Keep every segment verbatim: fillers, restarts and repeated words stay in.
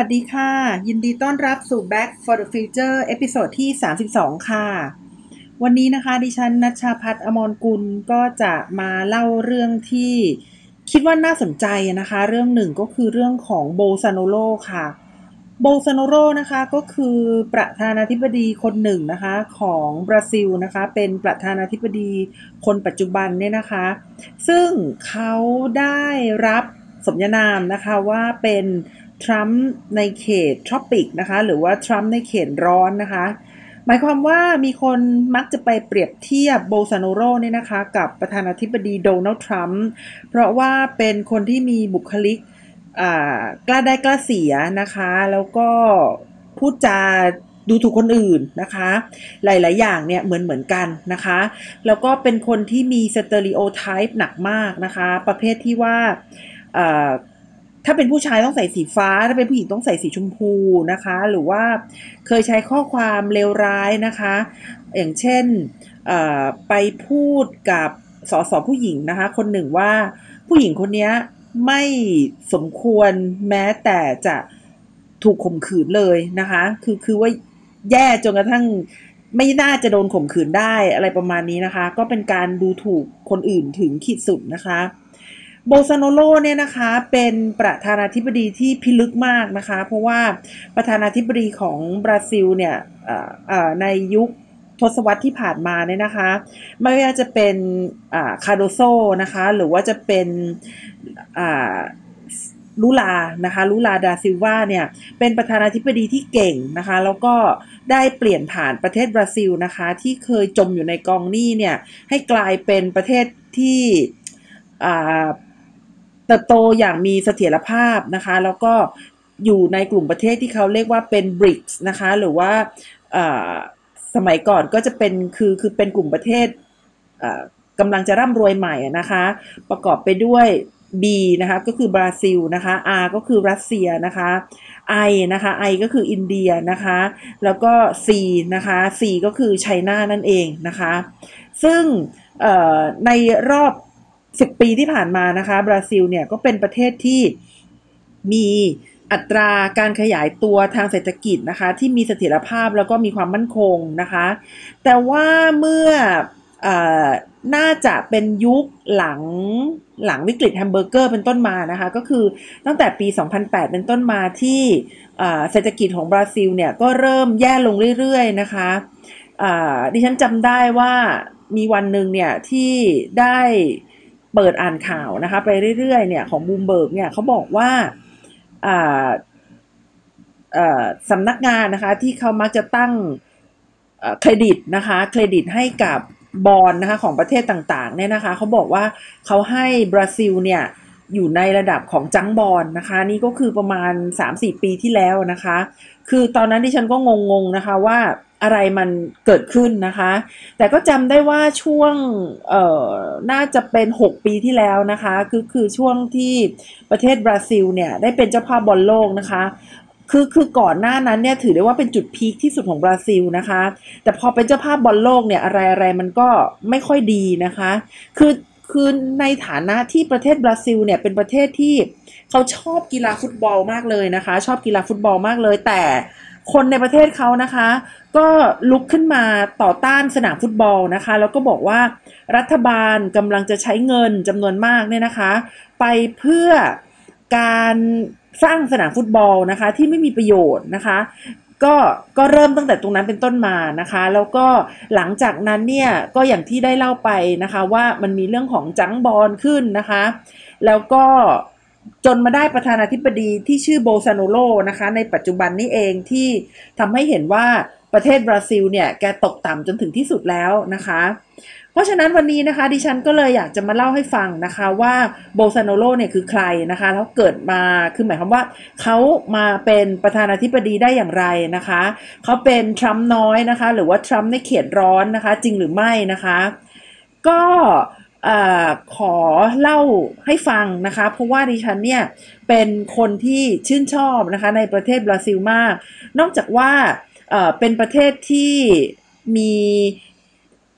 วัสดีค่ะยินดีต้อนรับสู่ Back for the Future เอพิโซดที่สามสิบสองค่ะวันนี้นะคะดิฉันนัชชาพัฒน์อมรกุลก็จะมาเล่าเรื่องที่คิดว่าน่าสนใจนะคะเรื่องหนึ่งก็คือเรื่องของโบซาโนโลค่ะโบซาโนโลนะคะก็คือประธานาธิบดีคนหนึ่งนะคะของบราซิลนะคะเป็นประธานาธิบดีคนปัจจุบันเนี่ยนะคะซึ่งเขาได้รับสมญานามนะคะว่าเป็นทรัมป์ในเขตทรอปิกนะคะหรือว่าทรัมป์ในเขตร้อนนะคะหมายความว่ามีคนมักจะไปเปรียบเทียบโบซาโนโรเนี่ยนะคะกับประธานาธิบดีโดนัลด์ทรัมป์เพราะว่าเป็นคนที่มีบุคลิกกล้าได้กล้าเสียนะคะแล้วก็พูดจาดูถูกคนอื่นนะคะหลายๆอย่างเนี่ยเหมือนเหมือนกันนะคะแล้วก็เป็นคนที่มีสเตอริโอไทป์หนักมากนะคะประเภทที่ว่าถ้าเป็นผู้ชายต้องใส่สีฟ้าถ้าเป็นผู้หญิงต้องใส่สีชมพูนะคะหรือว่าเคยใช้ข้อความเลวร้ายนะคะอย่างเช่นไปพูดกับสสผู้หญิงนะคะคนหนึ่งว่าผู้หญิงคนนี้ไม่สมควรแม้แต่จะถูกข่มขืนเลยนะคะคือคือว่าแย่จนกระทั่งไม่น่าจะโดนข่มขืนได้อะไรประมาณนี้นะคะก็เป็นการดูถูกคนอื่นถึงขีดสุดนะคะโบซาโนโลเนี่ยนะคะเป็นประธานาธิบดีที่พิลึกมากนะคะเพราะว่าประธานาธิบดีของบราซิลเนี่ยในยุคทศวรรษที่ผ่านมาเนี่ยนะคะไม่ว่าจะเป็นคาร์โดโซนะคะหรือว่าจะเป็นลูลานะคะลูลาดาซิลวาเนี่ยเป็นประธานาธิบดีที่เก่งนะคะแล้วก็ได้เปลี่ยนผ่านประเทศบราซิลนะคะที่เคยจมอยู่ในกองหนี้เนี่ยให้กลายเป็นประเทศที่เติบโตอย่างมีเสถียรภาพนะคะแล้วก็อยู่ในกลุ่มประเทศที่เขาเรียกว่าเป็น บริกส์ นะคะหรือว่าสมัยก่อนก็จะเป็นคือคือเป็นกลุ่มประเทศกำลังจะร่ำรวยใหม่นะคะประกอบไปด้วย B นะคะก็คือบราซิลนะคะ R ก็คือรัสเซียนะคะ I นะคะ I ก็คืออินเดียนะคะแล้วก็ C นะคะ C ก็คือไชน่านั่นเองนะคะซึ่งในรอบสิบปีที่ผ่านมานะคะบราซิลเนี่ยก็เป็นประเทศที่มีอัตราการขยายตัวทางเศรษฐกิจนะคะที่มีเสถียรภาพแล้วก็มีความมั่นคงนะคะแต่ว่าเมื่อน่าจะเป็นยุคหลังหลังวิกฤตแฮมเบอร์เกอร์เป็นต้นมานะคะก็คือตั้งแต่ปีสองพันแปดเป็นต้นมาที่เศรษฐกิจของบราซิลเนี่ยก็เริ่มแย่ลงเรื่อยๆนะคะดิฉันจำได้ว่ามีวันหนึ่งเนี่ยที่ได้เปิดอ่านข่าวนะคะไปเรื่อยๆเนี่ยของบูมเบิร์กเนี่ยเขาบอกว่าสำนักงานนะคะที่เขามักจะตั้งเครดิตนะคะเครดิตให้กับบอนด์นะคะของประเทศต่างๆเนี่ยนะคะเขาบอกว่าเขาให้บราซิลเนี่ยอยู่ในระดับของจังบอนด์นะคะนี่ก็คือประมาณ สามถึงสี่ ปีที่แล้วนะคะคือตอนนั้นที่ฉันก็งงๆนะคะว่าอะไรมันเกิดขึ้นนะคะแต่ก็จำได้ว่าช่วงเอ่อน่าจะเป็นหกปีที่แล้วนะคะคือคือช่วงที่ประเทศบราซิลเนี่ยได้เป็นเจ้าภาพบอลโลกนะคะคือคือก่อนหน้านั้นเนี่ยถือได้ว่าเป็นจุดพีคที่สุดของบราซิลนะคะแต่พอเป็นเจ้าภาพบอลโลกเนี่ยอะไรอะไรมันก็ไม่ค่อยดีนะคะคือคือในฐานะที่ประเทศบราซิลเนี่ยเป็นประเทศที่เขาชอบกีฬาฟุตบอลมากเลยนะคะชอบกีฬาฟุตบอลมากเลยแต่คนในประเทศเขานะคะก็ลุกขึ้นมาต่อต้านสนามฟุตบอลนะคะแล้วก็บอกว่ารัฐบาลกำลังจะใช้เงินจำนวนมากเนี่ยนะคะไปเพื่อการสร้างสนามฟุตบอลนะคะที่ไม่มีประโยชน์นะคะก็ก็เริ่มตั้งแต่ตรงนั้นเป็นต้นมานะคะแล้วก็หลังจากนั้นเนี่ยก็อย่างที่ได้เล่าไปนะคะว่ามันมีเรื่องของจังบอลขึ้นนะคะแล้วก็จนมาได้ประธานาธิบดีที่ชื่อโบซาโนโลนะคะในปัจจุบันนี้เองที่ทำให้เห็นว่าประเทศบราซิลเนี่ยแกตกต่ำจนถึงที่สุดแล้วนะคะเพราะฉะนั้นวันนี้นะคะดิฉันก็เลยอยากจะมาเล่าให้ฟังนะคะว่าโบซาโนโลเนี่ยคือใครนะคะแล้วเกิดมาคือหมายความว่าเขามาเป็นประธานาธิบดีได้อย่างไรนะคะเขาเป็นทรัมป์น้อยนะคะหรือว่าทรัมป์ในเขตร้อนนะคะจริงหรือไม่นะคะก็ขอเล่าให้ฟังนะคะเพราะว่าดิฉันเนี่ยเป็นคนที่ชื่นชอบนะคะในประเทศบราซิลมากนอกจากว่าเป็นประเทศที่มี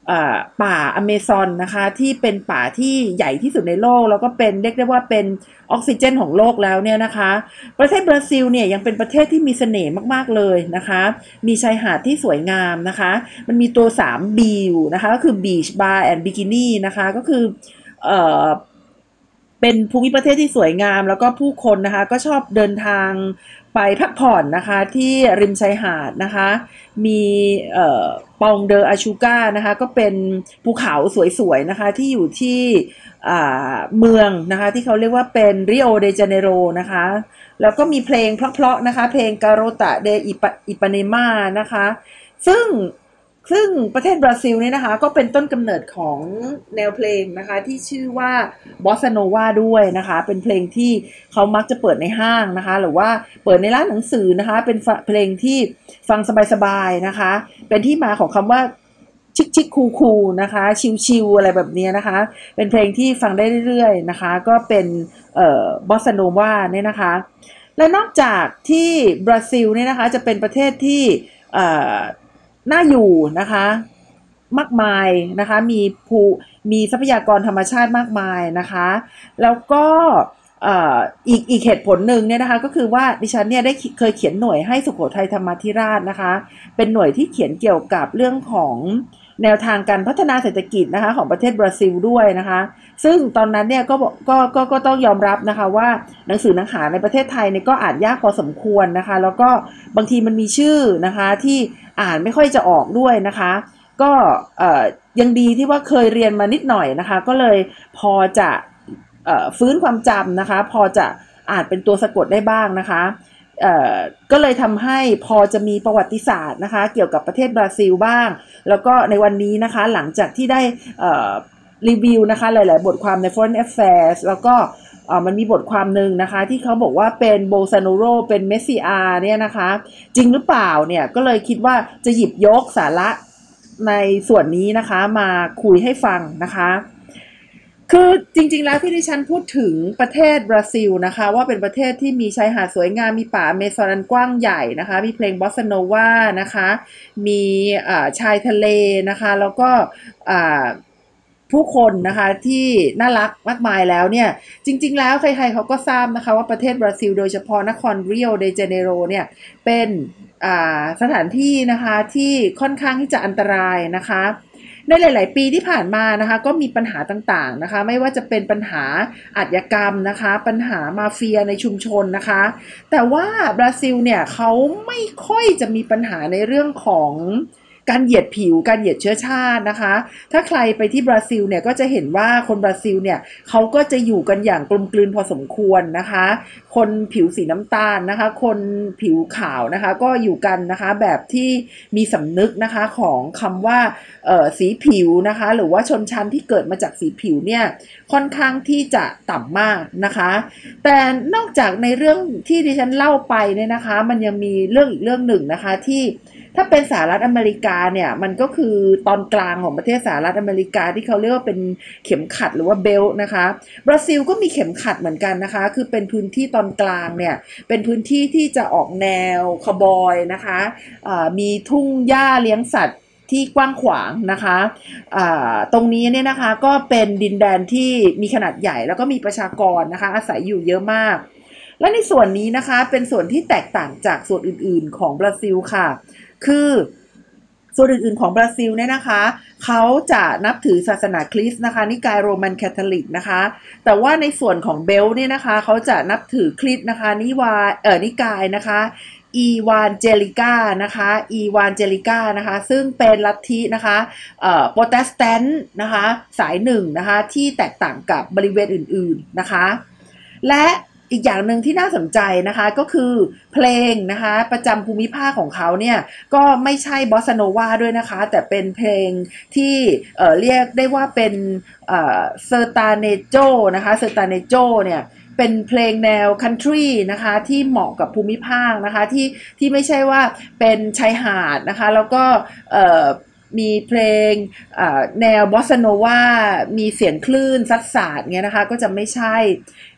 ป่าอเมซอนนะคะที่เป็นป่าที่ใหญ่ที่สุดในโลกแล้วก็เป็นเรียกได้ว่าเป็นออกซิเจนของโลกแล้วเนี่ยนะคะประเทศบราซิลเนี่ยยังเป็นประเทศที่มีเสน่ห์มากๆเลยนะคะมีชายหาดที่สวยงามนะคะมันมีตัว ทรี บี อยู่นะคะก็คือ Beach Bar and Bikini นะคะก็คือเอ่อเป็นภูมิประเทศที่สวยงามแล้วก็ผู้คนนะคะก็ชอบเดินทางไปพักผ่อนนะคะที่ริมชายหาดนะคะมีเอ่อปองเดออาชูกานะคะก็เป็นภูเขาสวยๆนะคะที่อยู่ที่เมืองนะคะที่เขาเรียกว่าเป็นริโอเดจาเนโรนะคะแล้วก็มีเพลงเพราะๆนะคะเพลงการโตะเดอิปาเนมานะคะซึ่งซึ่งประเทศบราซิลเนี่ยนะคะก็เป็นต้นกำเนิดของแนวเพลงนะคะที่ชื่อว่าบอสซาโนวาด้วยนะคะเป็นเพลงที่เขามักจะเปิดในห้างนะคะหรือว่าเปิดในร้านหนังสือนะคะเป็นเพลงที่ฟังสบายๆนะคะเป็นที่มาของคำว่าชิคชิคคูคูนะคะชิวๆอะไรแบบนี้นะคะเป็นเพลงที่ฟังได้เรื่อยๆนะคะก็เป็นเอ่อบอสซาโนวาเนี่ยนะคะและนอกจากที่บราซิลเนี่ยนะคะจะเป็นประเทศที่เอ่อน่าอยู่นะคะมากมายนะคะมีภูมีทรัพยากรธรรมชาติมากมายนะคะแล้วก็อีกอีกเหตุผลหนึ่งเนี่ยนะคะก็คือว่าดิฉันเนี่ยได้เคยเขียนหน่วยให้สุโขทัยธรรมาธิราชนะคะเป็นหน่วยที่เขียนเกี่ยวกับเรื่องของแนวทางการพัฒนาเศรษฐกิจนะคะของประเทศบราซิลด้วยนะคะซึ่งตอนนั้นเนี่ยก็ก็ก็ก็ต้องยอมรับนะคะว่าหนังสือหนังหาในประเทศไทยเนี่ยก็อ่านยากพอสมควรนะคะแล้วก็บางทีมันมีชื่อนะคะที่อ่านไม่ค่อยจะออกด้วยนะคะก็ยังดีที่ว่าเคยเรียนมานิดหน่อยนะคะก็เลยพอจะฟื้นความจำนะคะพอจะอ่านเป็นตัวสะกดได้บ้างนะคะก็เลยทำให้พอจะมีประวัติศาสตร์นะคะเกี่ยวกับประเทศบราซิลบ้างแล้วก็ในวันนี้นะคะหลังจากที่ได้รีวิวนะคะหลายๆบทความใน Foreign Affairs แล้วก็มันมีบทความหนึ่งนะคะที่เขาบอกว่าเป็นโบซาโนโรเป็นเมสซิอาเนี่ยนะคะจริงหรือเปล่าเนี่ยก็เลยคิดว่าจะหยิบยกสาระในส่วนนี้นะคะมาคุยให้ฟังนะคะคือจริงๆแล้วที่ดิฉันพูดถึงประเทศบราซิลนะคะว่าเป็นประเทศที่มีชายหาดสวยงามมีป่าอเมซอนอันกว้างใหญ่นะคะมีเพลงบอสซาโนวานะคะมีชายทะเลนะคะแล้วก็ผู้คนนะคะที่น่ารักมากมายแล้วเนี่ยจริงๆแล้วใครๆเขาก็ทราบนะคะว่าประเทศบราซิลโดยเฉพาะนครริโอเดจาเนโรเนี่ยเป็นสถานที่นะคะที่ค่อนข้างที่จะอันตรายนะคะในหลายๆปีที่ผ่านมานะคะก็มีปัญหาต่างๆนะคะไม่ว่าจะเป็นปัญหาอาชญากรรมนะคะปัญหามาเฟียในชุมชนนะคะแต่ว่าบราซิลเนี่ยเขาไม่ค่อยจะมีปัญหาในเรื่องของการเหยียดผิวการเหยียดเชื้อชาตินะคะถ้าใครไปที่บราซิลเนี่ยก็จะเห็นว่าคนบราซิลเนี่ยเขาก็จะอยู่กันอย่างกลมกลืนพอสมควรนะคะคนผิวสีน้ำตาลนะคะคนผิวขาวนะคะก็อยู่กันนะคะแบบที่มีสำนึกนะคะของคำว่าเอ่อสีผิวนะคะหรือว่าชนชั้นที่เกิดมาจากสีผิวเนี่ยค่อนข้างที่จะต่ำมากนะคะแต่นอกจากในเรื่องที่ดิฉันเล่าไปเนี่ยนะคะมันยังมีเรื่องอีกเรื่องหนึ่งนะคะที่ถ้าเป็นสหรัฐอเมริกาเนี่ยมันก็คือตอนกลางของประเทศสหรัฐอเมริกาที่เขาเรียกว่าเป็นเข็มขัดหรือว่าเบลต์นะคะบราซิลก็มีเข็มขัดเหมือนกันนะคะคือเป็นพื้นที่ตอนกลางเนี่ยเป็นพื้นที่ที่จะออกแนวคาวบอยนะคะมีทุ่งหญ้าเลี้ยงสัตว์ที่กว้างขวางนะคะตรงนี้เนี่ยนะคะก็เป็นดินแดนที่มีขนาดใหญ่แล้วก็มีประชากรนะคะอาศัยอยู่เยอะมากและในส่วนนี้นะคะเป็นส่วนที่แตกต่างจากส่วนอื่นๆของบราซิลค่ะคือส่วนอื่นๆของบราซิลเนี่ยนะคะเขาจะนับถือศาสนาคริสต์นะคะนิกายโรมันคาทอลิกนะคะแต่ว่าในส่วนของเบลเนี่ยนะคะเขาจะนับถือคริสต์นะคะนิวาเอ่อนิกายนะคะอีวานเจลิก้านะคะอีวานเจลิก้านะคะซึ่งเป็นลัทธินะคะเอ่อโปรเตสแตนต์นะคะสายหนึ่งนะคะที่แตกต่างกับบริเวณอื่นๆนะคะและอีกอย่างหนึ่งที่น่าสนใจนะคะก็คือเพลงนะคะประจำภูมิภาคของเขาเนี่ยก็ไม่ใช่บอสซาโนวาด้วยนะคะแต่เป็นเพลงที่เอ่อเรียกได้ว่าเป็นเอ่อเซอร์ตาเนโจนะคะเซอร์ตาเนโจเนี่ยเป็นเพลงแนวคันทรีนะคะที่เหมาะกับภูมิภาคนะคะที่ที่ไม่ใช่ว่าเป็นชายหาดนะคะแล้วก็เอ่อมีเพลงแนวบอสซาโนวามีเสียงคลื่นซัดสาดเงี้ยนะคะก็จะไม่ใช่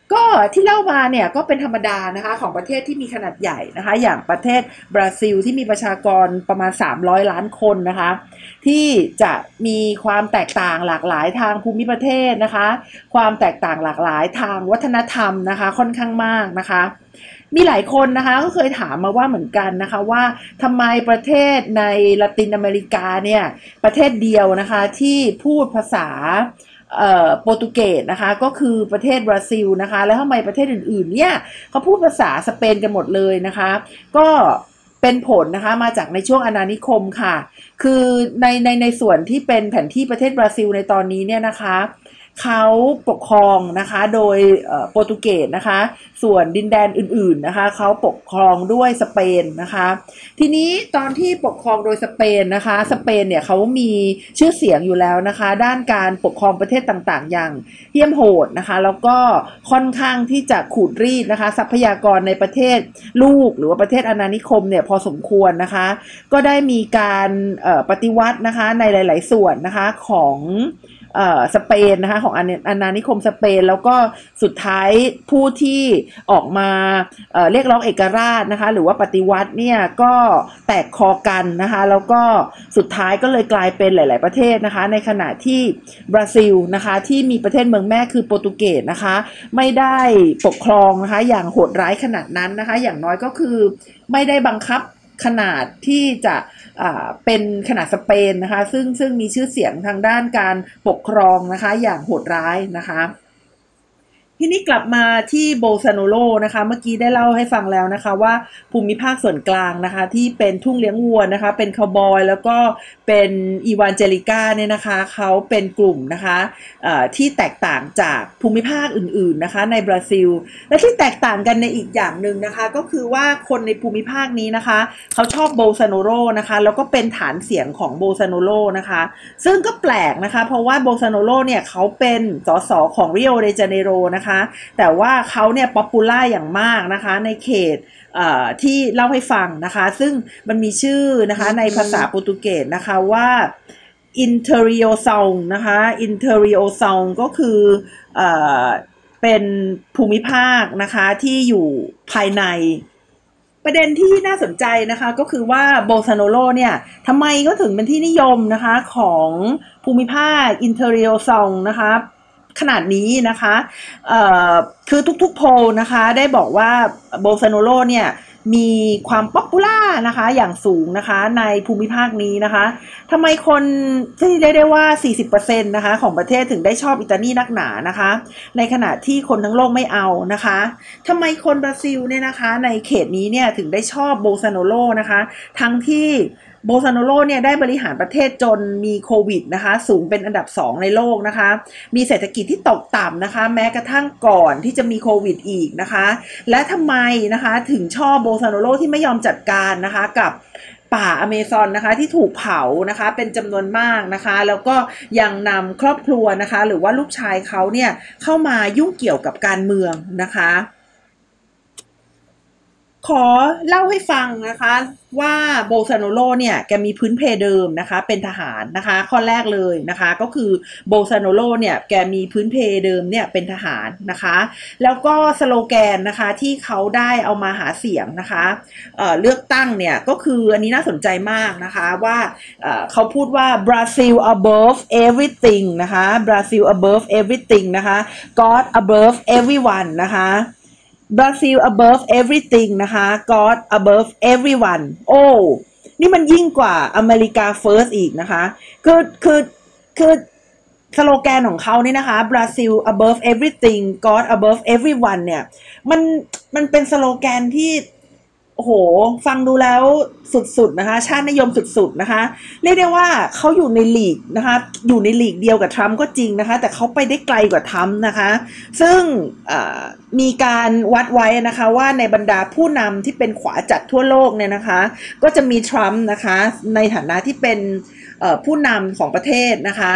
ก็ที่เล่ามาเนี่ยก็เป็นธรรมดานะคะของประเทศที่มีขนาดใหญ่นะคะอย่างประเทศบราซิลที่มีประชากรประมาณสามร้อยล้านคนนะคะที่จะมีความแตกต่างหลากหลายทางภูมิประเทศนะคะความแตกต่างหลากหลายทางวัฒนธรรมนะคะค่อนข้างมากนะคะมีหลายคนนะคะก็เคยถามมาว่าเหมือนกันนะคะว่าทำไมประเทศในละตินอเมริกาเนี่ยประเทศเดียวนะคะที่พูดภาษาเอ่อโปรตุเกสนะคะก็คือประเทศบราซิลนะคะแล้วทำไมประเทศอื่นๆเนี่ยเขาพูดภาษาสเปนกันหมดเลยนะคะก็เป็นผลนะคะมาจากในช่วงอาณานิคมค่ะคือในในในส่วนที่เป็นแผนที่ประเทศบราซิลในตอนนี้เนี่ยนะคะเขาปกครองนะคะโดยโปรตุเกสนะคะส่วนดินแดนอื่นๆนะคะเขาปกครองด้วยสเปนนะคะทีนี้ตอนที่ปกครองโดยสเปนนะคะสเปนเนี่ยเขามีชื่อเสียงอยู่แล้วนะคะด้านการปกครองประเทศต่างๆอย่างเหี้ยมโหดนะคะแล้วก็ค่อนข้างที่จะขูดรีดนะคะทรัพยากรในประเทศลูกหรือว่าประเทศอาณานิคมเนี่ยพอสมควรนะคะก็ได้มีการปฏิวัตินะคะในหลายๆส่วนนะคะของสเปนนะคะของอาณานิคมสเปนแล้วก็สุดท้ายผู้ที่ออกมาเอ่อเรียกร้องเอกราชนะคะหรือว่าปฏิวัติเนี่ยก็แตกคอกันนะคะแล้วก็สุดท้ายก็เลยกลายเป็นหลายๆประเทศนะคะในขณะที่บราซิลนะคะที่มีประเทศเมืองแม่คือโปรตุเกสนะคะไม่ได้ปกครองนะคะอย่างโหดร้ายขนาดนั้นนะคะอย่างน้อยก็คือไม่ได้บังคับขนาดที่จะเป็นขนาดสเปนนะคะซึ่งซึ่งมีชื่อเสียงทางด้านการปกครองนะคะอย่างโหดร้ายนะคะทีนี้กลับมาที่โบซาโนโลนะคะเมื่อกี้ได้เล่าให้ฟังแล้วนะคะว่าภูมิภาคส่วนกลางนะคะที่เป็นทุ่งเลี้ยงวัวนะคะเป็นคาวบอยแล้วก็เป็นอีวานเจลิก้าเนี่ยนะคะเขาเป็นกลุ่มนะคะที่แตกต่างจากภูมิภาคอื่นๆนะคะในบราซิลและที่แตกต่างกันในอีกอย่างหนึ่งนะคะก็คือว่าคนในภูมิภาคนี้นะคะเขาชอบโบซาโนโลนะคะแล้วก็เป็นฐานเสียงของโบซาโนโลนะคะซึ่งก็แปลกนะคะเพราะว่าโบซาโนโลเนี่ยเขาเป็นสสของริโอเดจาเนโรนะคะแต่ว่าเขาเนี่ยป๊อปปูล่าอย่างมากนะคะในเขตที่เล่าให้ฟังนะคะซึ่งมันมีชื่อนะคะในภาษาโปรตุเกสนะคะว่า Interior Sound นะคะ Interior Sound ก็คือเอ่อเป็นภูมิภาคนะคะที่อยู่ภายในประเด็นที่น่าสนใจนะคะก็คือว่าโบซาโนโลเนี่ยทำไมก็ถึงเป็นที่นิยมนะคะของภูมิภาค Interior Sound นะคะขนาดนี้นะคะเอ่อคือทุกๆโพลนะคะได้บอกว่าโบซาโนโลเนี่ยมีความป๊อปปูล่านะคะอย่างสูงนะคะในภูมิภาคนี้นะคะทำไมคนที่ได้ได้ว่า สี่สิบเปอร์เซ็นต์ นะคะของประเทศถึงได้ชอบอิตาลีนักหนานะคะในขณะที่คนทั้งโลกไม่เอานะคะทำไมคนบราซิลเนี่ยนะคะในเขตนี้เนี่ยถึงได้ชอบโบซาโนโลนะคะทั้งที่โบซาโนโลเนี่ยได้บริหารประเทศจนมีโควิดนะคะสูงเป็นอันดับสองในโลกนะคะมีเศรษฐกิจที่ตกต่ำนะคะแม้กระทั่งก่อนที่จะมีโควิดอีกนะคะและทำไมนะคะถึงชอบโบซาโนโลที่ไม่ยอมจัดการนะคะกับป่าอเมซอนนะคะที่ถูกเผานะคะเป็นจำนวนมากนะคะแล้วก็ยังนำครอบครัวนะคะหรือว่าลูกชายเขาเนี่ยเข้ามายุ่งเกี่ยวกับการเมืองนะคะขอเล่าให้ฟังนะคะว่าโบซาโนโลเนี่ยแกมีพื้นเพเดิมนะคะเป็นทหารนะคะข้อแรกเลยนะคะก็คือโบซาโนโลเนี่ยแกมีพื้นเพเดิมเนี่ยเป็นทหารนะคะแล้วก็สโลแกนนะคะที่เขาได้เอามาหาเสียงนะคะเอ่อเลือกตั้งเนี่ยก็คืออันนี้น่าสนใจมากนะคะว่าเอ่อเขาพูดว่า Brazil above everything นะคะ Brazil above everything นะคะ God above everyone นะคะBrazil above everything นะคะ God above everyone โอ้นี่มันยิ่งกว่าอเมริกา first อีกนะคะคือคือคือสโลแกนของเขานี่นะคะ Brazil above everything God above everyone เนี่ยมันมันเป็นสโลแกนที่โอ้โหฟังดูแล้วสุดๆนะคะชาตินิยมสุดๆนะคะเรียกได้ว่าเขาอยู่ในลีกนะคะอยู่ในลีกเดียวกับทรัมป์ก็จริงนะคะแต่เขาไปได้ไกลกว่าทรัมป์นะคะซึ่งมีการวัดไว้นะคะว่าในบรรดาผู้นำที่เป็นขวาจัดทั่วโลกเนี่ยนะคะก็จะมีทรัมป์นะคะในฐานะที่เป็นผู้นำของประเทศนะคะ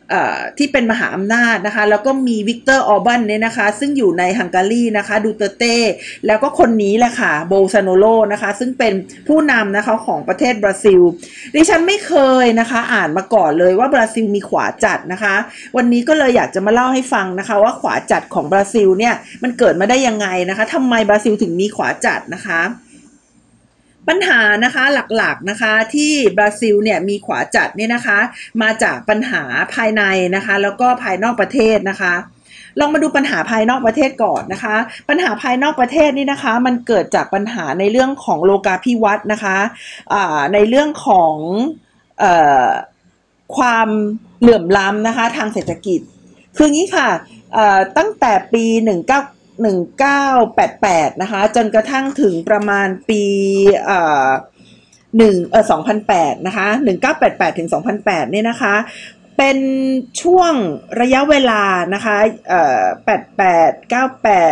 ที่เป็นมหาอำนาจนะคะแล้วก็มีวิกเตอร์ออร์บันเนี่ยนะคะซึ่งอยู่ในฮังการีนะคะดูเตเต้แล้วก็คนนี้แหละค่ะโบลซาโนโรนะคะซึ่งเป็นผู้นำนะคะของประเทศบราซิลดิฉันไม่เคยนะคะอ่านมาก่อนเลยว่าบราซิลมีขวาจัดนะคะวันนี้ก็เลยอยากจะมาเล่าให้ฟังนะคะว่าขวาจัดของบราซิลเนี่ยมันเกิดมาได้ยังไงนะคะทำไมบราซิลถึงมีขวาจัดนะคะปัญหานะคะหลักๆนะคะที่บราซิลเนี่ยมีขวาจัดเนี่ยนะคะมาจากปัญหาภายในนะคะแล้วก็ภายนอกประเทศนะคะลองมาดูปัญหาภายนอกประเทศก่อนนะคะปัญหาภายนอกประเทศนี่นะคะมันเกิดจากปัญหาในเรื่องของโลกาภิวัตน์นะคะในเรื่องของเอ่อความเหลื่อมล้ำนะคะทางเศรษฐกิจคืองี้ค่ะตั้งแต่ปีหนึ่งเก้าหนึ่งเก้าแปดแปดนะคะจนกระทั่งถึงประมาณปีเอ่อหนึ่งเอ่อสองพันแปดนะคะหนึ่งเก้าแปดแปดถึงสองพันแปดเนี่ยนะคะเป็นช่วงระยะเวลานะคะเอ่อแปดแปด เก้าแปด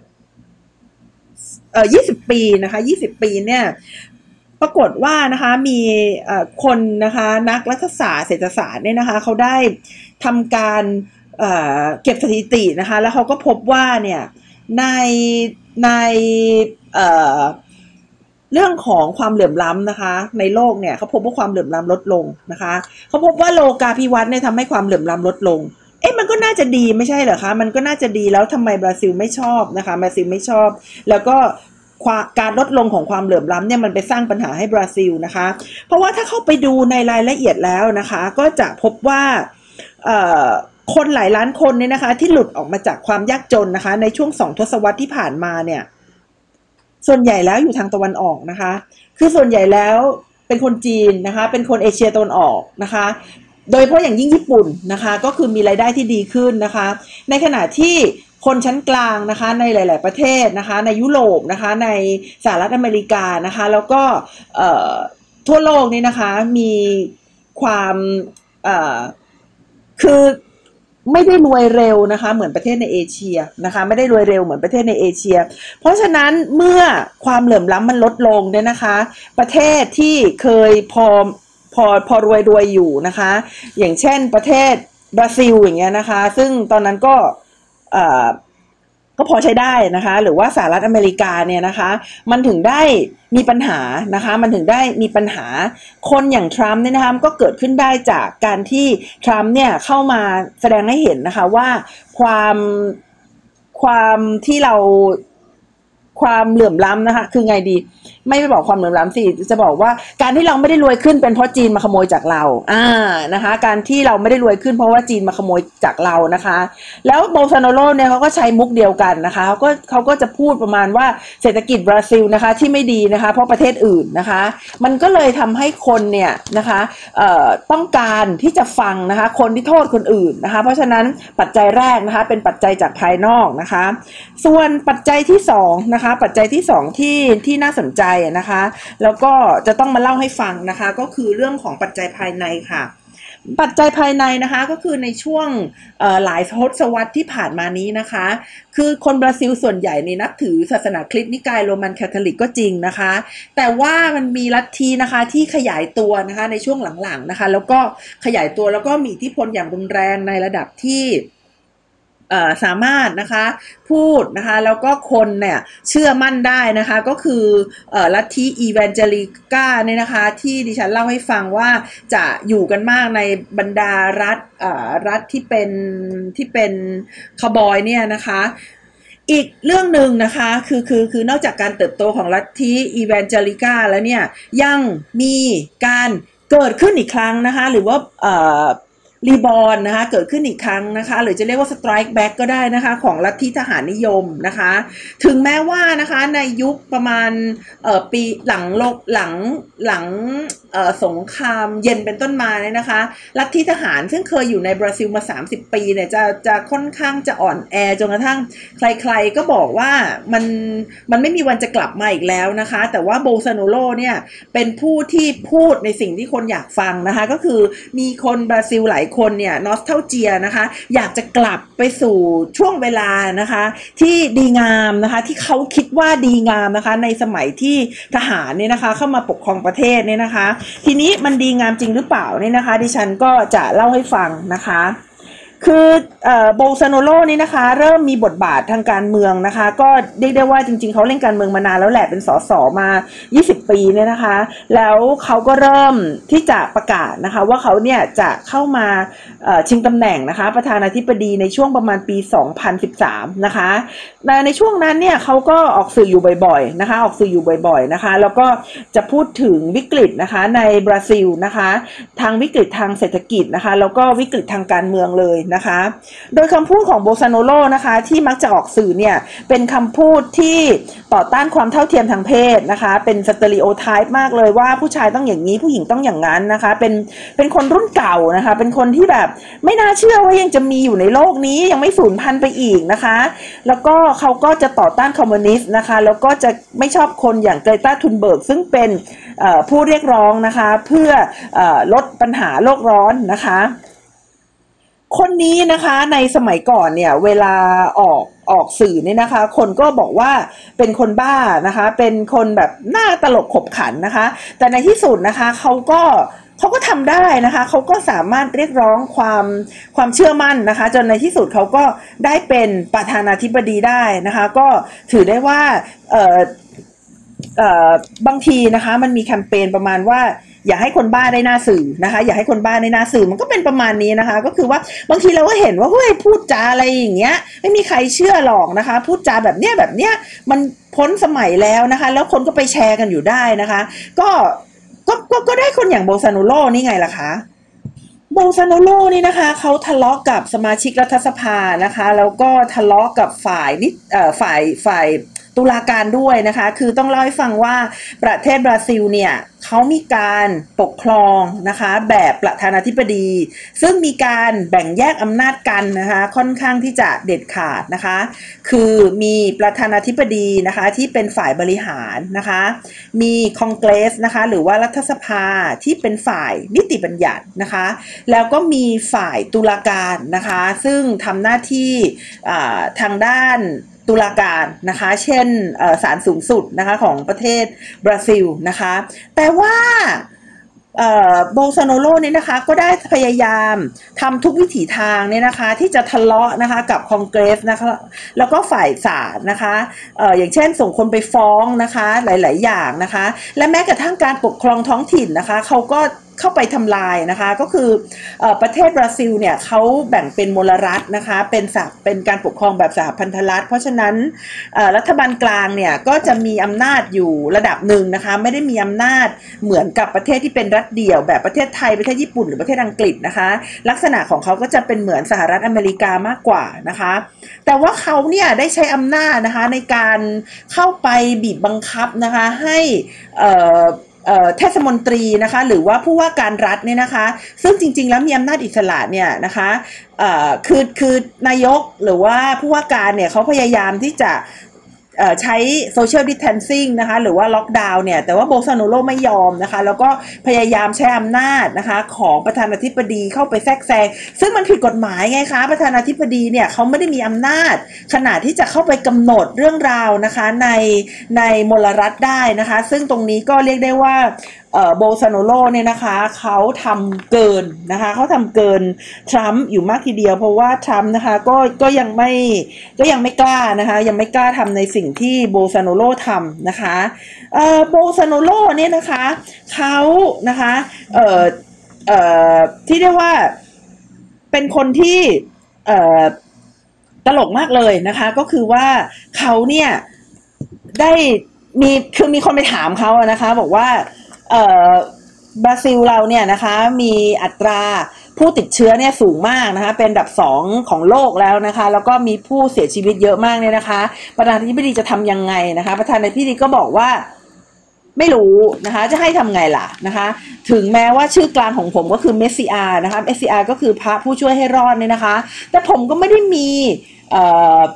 เอ่อยี่สิบปีนะคะยี่สิบปีเนี่ยปรากฏว่านะคะมีคนนะคะนักรัฐศาสตร์เศรษฐศาสตร์เนี่ยนะคะเขาได้ทำการเอ่อเก็บสถิตินะคะแล้วเขาก็พบว่าเนี่ยในในเอ่อเรื่องของความเหลื่อมล้ำนะคะในโลกเนี่ยเขาพบว่าความเหลื่อมล้ำลดลงนะคะเขาพบว่าโลกาภิวัตน์เนี่ยทำให้ความเหลื่อมล้ำลดลงเอ๊ะมันก็น่าจะดีไม่ใช่เหรอคะมันก็น่าจะดีแล้วทำไมบราซิลไม่ชอบนะคะบราซิลไม่ชอบแล้วก็การลดลงของความเหลื่อมล้ำเนี่ยมันไปสร้างปัญหาให้บราซิลนะคะเพราะว่าถ้าเข้าไปดูในรายละเอียดแล้วนะคะก็จะพบว่าเอ่อคนหลายล้านคนเนี่ยนะคะที่หลุดออกมาจากความยากจนนะคะในช่วงสองทศวรรษที่ผ่านมาเนี่ยส่วนใหญ่แล้วอยู่ทางตะวันออกนะคะคือส่วนใหญ่แล้วเป็นคนจีนนะคะเป็นคนเอเชียตะวันออกนะคะโดยเฉพาะอย่างยิ่งญี่ปุ่นนะคะก็คือมีรายได้ที่ดีขึ้นนะคะในขณะที่คนชั้นกลางนะคะในหลายๆประเทศนะคะในยุโรปนะคะในสหรัฐอเมริกานะคะแล้วก็ทั่วโลกนี่นะคะมีความคือไม่ได้รวยเร็วนะคะเหมือนประเทศในเอเชียนะคะไม่ได้รวยเร็วเหมือนประเทศในเอเชียเพราะฉะนั้นเมื่อความเหลื่อมล้ำมันลดลงเนี่ยนะคะประเทศที่เคยพอพอพอรวยรวยอยู่นะคะอย่างเช่นประเทศบราซิลอย่างเงี้ยนะคะซึ่งตอนนั้นก็เอ่อก็พอใช้ได้นะคะหรือว่าสหรัฐอเมริกาเนี่ยนะคะมันถึงได้มีปัญหานะคะมันถึงได้มีปัญหาคนอย่างทรัมป์เนี่ยนะคะก็เกิดขึ้นได้จากการที่ทรัมป์เนี่ยเข้ามาแสดงให้เห็นนะคะว่าความความที่เราความเหลื่อมล้ำนะคะคือไงดีไม่ไปบอกความเหลื่อมล้ำสิจะบอกว่าการที่เราไม่ได้รวยขึ้นเป็นเพราะจีนมาขโมยจากเราอ่านะคะการที่เราไม่ได้รวยขึ้นเพราะว่าจีนมาขโมยจากเรานะคะแล้วโบลซาโนโรเนี่ยเขาก็ใช้มุกเดียวกันนะคะเขาก็เขาก็จะพูดประมาณว่าเศรษฐกิจบราซิลนะคะที่ไม่ดีนะคะเพราะประเทศอื่นนะคะมันก็เลยทำให้คนเนี่ยนะคะเอ่อต้องการที่จะฟังนะคะคนที่โทษคนอื่นนะคะเพราะฉะนั้นปัจจัยแรกนะคะเป็นปัจจัยจากภายนอกนะคะส่วนปัจจัยที่สองนะคะปัจจัยที่สองที่ที่น่าสนใจนะคะแล้วก็จะต้องมาเล่าให้ฟังนะคะก็คือเรื่องของปัจจัยภายในค่ะปัจจัยภายในนะคะก็คือในช่วงหลายทศวรรษที่ผ่านมานี้นะคะคือคนบราซิลส่วนใหญ่นี่นับถือศาสนาคริสต์นิกายโรมันคาทอลิกก็จริงนะคะแต่ว่ามันมีลัทธินะคะที่ขยายตัวนะคะในช่วงหลังๆนะคะแล้วก็ขยายตัวแล้วก็มีอิทธิพลอย่างรุนแรงในระดับที่สามารถนะคะพูดนะคะแล้วก็คนเนี่ยเชื่อมั่นได้นะคะก็คือลัทธิอีแวนเจลิกาเนี่ยนะคะที่ดิฉันเล่าให้ฟังว่าจะอยู่กันมากในบรรดารัฐรัฐที่เป็นที่เป็นคาวบอยเนี่ยนะคะอีกเรื่องหนึ่งนะคะคือคือคือนอกจากการเติบโตของลัทธิอีแวนเจลิกาแล้วเนี่ยยังมีการเกิดขึ้นอีกครั้งนะคะหรือว่ารีบอร์นนะคะเกิดขึ้นอีกครั้งนะคะหรือจะเรียกว่าสไตรค์แบ็กก็ได้นะคะของลัทธิทหารนิยมนะคะถึงแม้ว่านะคะในยุคประมาณเอ่อปีหลังโลกหลังหลังเอ่อสงครามเย็นเป็นต้นมาเนี่ยนะคะลัทธิทหารซึ่งเคยอยู่ในบราซิลมาสามสิบปีเนี่ยจะจะค่อนข้างจะอ่อนแอจนกระทั่งใครๆก็บอกว่ามันมันไม่มีวันจะกลับมาอีกแล้วนะคะแต่ว่าโบลซาโนโรเนี่ยเป็นผู้ที่พูดในสิ่งที่คนอยากฟังนะคะก็คือมีคนบราซิลหลายคนเนี่ยนอสเทลเจียนะคะอยากจะกลับไปสู่ช่วงเวลานะคะที่ดีงามนะคะที่เขาคิดว่าดีงามนะคะในสมัยที่ทหารเนี่ยนะคะเข้ามาปกครองประเทศเนี่ยนะคะทีนี้มันดีงามจริงหรือเปล่าเนี่ยนะคะดิฉันก็จะเล่าให้ฟังนะคะคือโบลซาโนโรนี่นะคะเริ่มมีบทบาททางการเมืองนะคะก็เรียกได้ว่าจริงๆเขาเล่นการเมืองมานานแล้วแหละเป็นสสมายี่สิบปีเนี่ยนะคะแล้วเขาก็เริ่มที่จะประกาศนะคะว่าเขาเนี่ยจะเข้ามาชิงตำแหน่งนะคะประธานาธิบดีในช่วงประมาณปีสองพันสิบสามนะคะในช่วงนั้นเนี่ยเขาก็ออกสื่ออยู่บ่อยๆนะคะออกสื่ออยู่บ่อยๆนะคะแล้วก็จะพูดถึงวิกฤตนะคะในบราซิลนะคะทางวิกฤตทางเศรษฐกิจนะคะแล้วก็วิกฤตทางการเมืองเลยนะคะโดยคำพูดของโบลซาโนโรนะคะที่มักจะออกสื่อเนี่ยเป็นคำพูดที่ต่อต้านความเท่าเทียมทางเพศนะคะเป็นสเตอริโอไทป์มากเลยว่าผู้ชายต้องอย่างนี้ผู้หญิงต้องอย่างนั้นนะคะเป็นเป็นคนรุ่นเก่านะคะเป็นคนที่แบบไม่น่าเชื่อว่ายังจะมีอยู่ในโลกนี้ยังไม่สูญพันธุ์ไปอีกนะคะแล้วก็เขาก็จะต่อต้านคอมมิวนิสต์นะคะแล้วก็จะไม่ชอบคนอย่างเกรตา ทุนเบิร์กซึ่งเป็นผู้เรียกร้องนะคะเพื่อลดปัญหาโลกร้อนนะคะคนนี้นะคะในสมัยก่อนเนี่ยเวลาออกออกสื่อเนี่ยนะคะคนก็บอกว่าเป็นคนบ้านะคะเป็นคนแบบหน้าตลกขบขันนะคะแต่ในที่สุดนะคะเขาก็เขาก็ทำได้นะคะเขาก็สามารถเรียกร้องความความเชื่อมั่นนะคะจนในที่สุดเขาก็ได้เป็นประธานาธิบดีได้นะคะก็ถือได้ว่าเอ่อเอ่อบางทีนะคะมันมีแคมเปญประมาณว่าอย่าให้คนบ้าได้หน้าสื่อนะคะอย่าให้คนบ้าในหน้าสื่อมันก็เป็นประมาณนี้นะคะก็คือว่าบางทีเราก็เห็นว่าเฮ้ยพูดจาอะไรอย่างเงี้ยไม่มีใครเชื่อหรอกนะคะพูดจาแบบเนี้ยแบบเนี้ยมันพ้นสมัยแล้วนะคะแล้วคนก็ไปแชร์กันอยู่ได้นะคะก็ก็ก็ก็ได้คนอย่างโบลซาโนโรนี่ไงล่ะคะโบลซาโนโรนี่นะคะเขาทะเลาะกับสมาชิกรัฐสภานะคะแล้วก็ทะเลาะกับฝ่ายนิเอ่อฝ่ายฝ่ายตุลาการด้วยนะคะคือต้องเล่าให้ฟังว่าประเทศบราซิลเนี่ยเขามีการปกครองนะคะแบบประธานาธิบดีซึ่งมีการแบ่งแยกอำนาจกันนะคะค่อนข้างที่จะเด็ดขาดนะคะคือมีประธานาธิบดีนะคะที่เป็นฝ่ายบริหารนะคะมีคองเกรสนะคะหรือว่ารัฐสภาที่เป็นฝ่ายนิติบัญญัตินะคะแล้วก็มีฝ่ายตุลาการนะคะซึ่งทำหน้าที่ทางด้านตุลาการนะคะเช่นศาลสูงสุดนะคะของประเทศบราซิลนะคะแต่ว่าโบลซาโนโรเนี่ยนะคะก็ได้พยายามทำทุกวิถีทางเนี่ยนะคะที่จะทะเลาะนะคะกับคองเกรสนะคะแล้วก็ฝ่ายศาลนะคะเอ่ออย่างเช่นส่งคนไปฟ้องนะคะหลายๆอย่างนะคะและแม้กระทั่งการปกครองท้องถิ่นนะคะเขาก็เข้าไปทำลายนะคะก็คือเอ่อประเทศบราซิลเนี่ยเขาแบ่งเป็นมลรัฐนะคะเป็นสเป็นการปกครองแบบสหพันธรัฐเพราะฉะนั้นเอ่อรัฐบาลกลางเนี่ยก็จะมีอำนาจอยู่ระดับหนึ่งนะคะไม่ได้มีอำนาจเหมือนกับประเทศที่เป็นรัฐเดี่ยวแบบประเทศไทยประเทศญี่ปุ่นหรือประเทศอังกฤษนะคะลักษณะของเขาก็จะเป็นเหมือนสหรัฐอเมริกามากกว่านะคะแต่ว่าเขาเนี่ยได้ใช้อำนาจนะคะในการเข้าไปบีบบังคับนะคะให้เอ่อเทศมนตรีนะคะหรือว่าผู้ว่าการรัฐเนี่ยนะคะซึ่งจริงๆแล้วมีอำนาจอิสระเนี่ยนะคะคือคือนายกหรือว่าผู้ว่าการเนี่ยเขาพยายามที่จะใช้ social distancing นะคะหรือว่าล็อกดาวน์เนี่ยแต่ว่าโบลซาโนโรไม่ยอมนะคะแล้วก็พยายามใช้อำนาจนะคะของประธานาธิบดีเข้าไปแทรกแซงซึ่งมันผิดกฎหมายไงคะประธานาธิบดีเนี่ยเขาไม่ได้มีอำนาจขนาดที่จะเข้าไปกำหนดเรื่องราวนะคะในในมลรัฐได้นะคะซึ่งตรงนี้ก็เรียกได้ว่าโบลซาโนโรเนี่ยนะคะเขาทำเกินนะคะเขาทำเกินทรัมป์อยู่มากทีเดียวเพราะว่าทรัมป์นะคะก็ก็ยังไม่ก็ยังไม่กล้านะคะยังไม่กล้าทำในสิ่งที่โบลซาโนโรทำนะคะโบลซาโนโรเนี่ยนะคะเขานะคะเอ่อเอ่อที่เรียกว่าเป็นคนที่เอ่อตลกมากเลยนะคะก็คือว่าเขาเนี่ยได้มีคือมีคนไปถามเขาอะนะคะบอกว่าเอ่อบราซิลเราเนี่ยนะคะมีอัตราผู้ติดเชื้อเนี่ยสูงมากนะคะเป็นอันดับสองของโลกแล้วนะคะแล้วก็มีผู้เสียชีวิตเยอะมากเนี่ยนะคะประธานาธิบดีจะทำยังไงนะคะประธานาธิบดีก็บอกว่าไม่รู้นะคะจะให้ทำไงล่ะนะคะถึงแม้ว่าชื่อกลางของผมก็คือเมสซิอานะคะเมสซิอาก็คือพระผู้ช่วยให้รอดเนี่ยนะคะแต่ผมก็ไม่ได้มีเอ่อ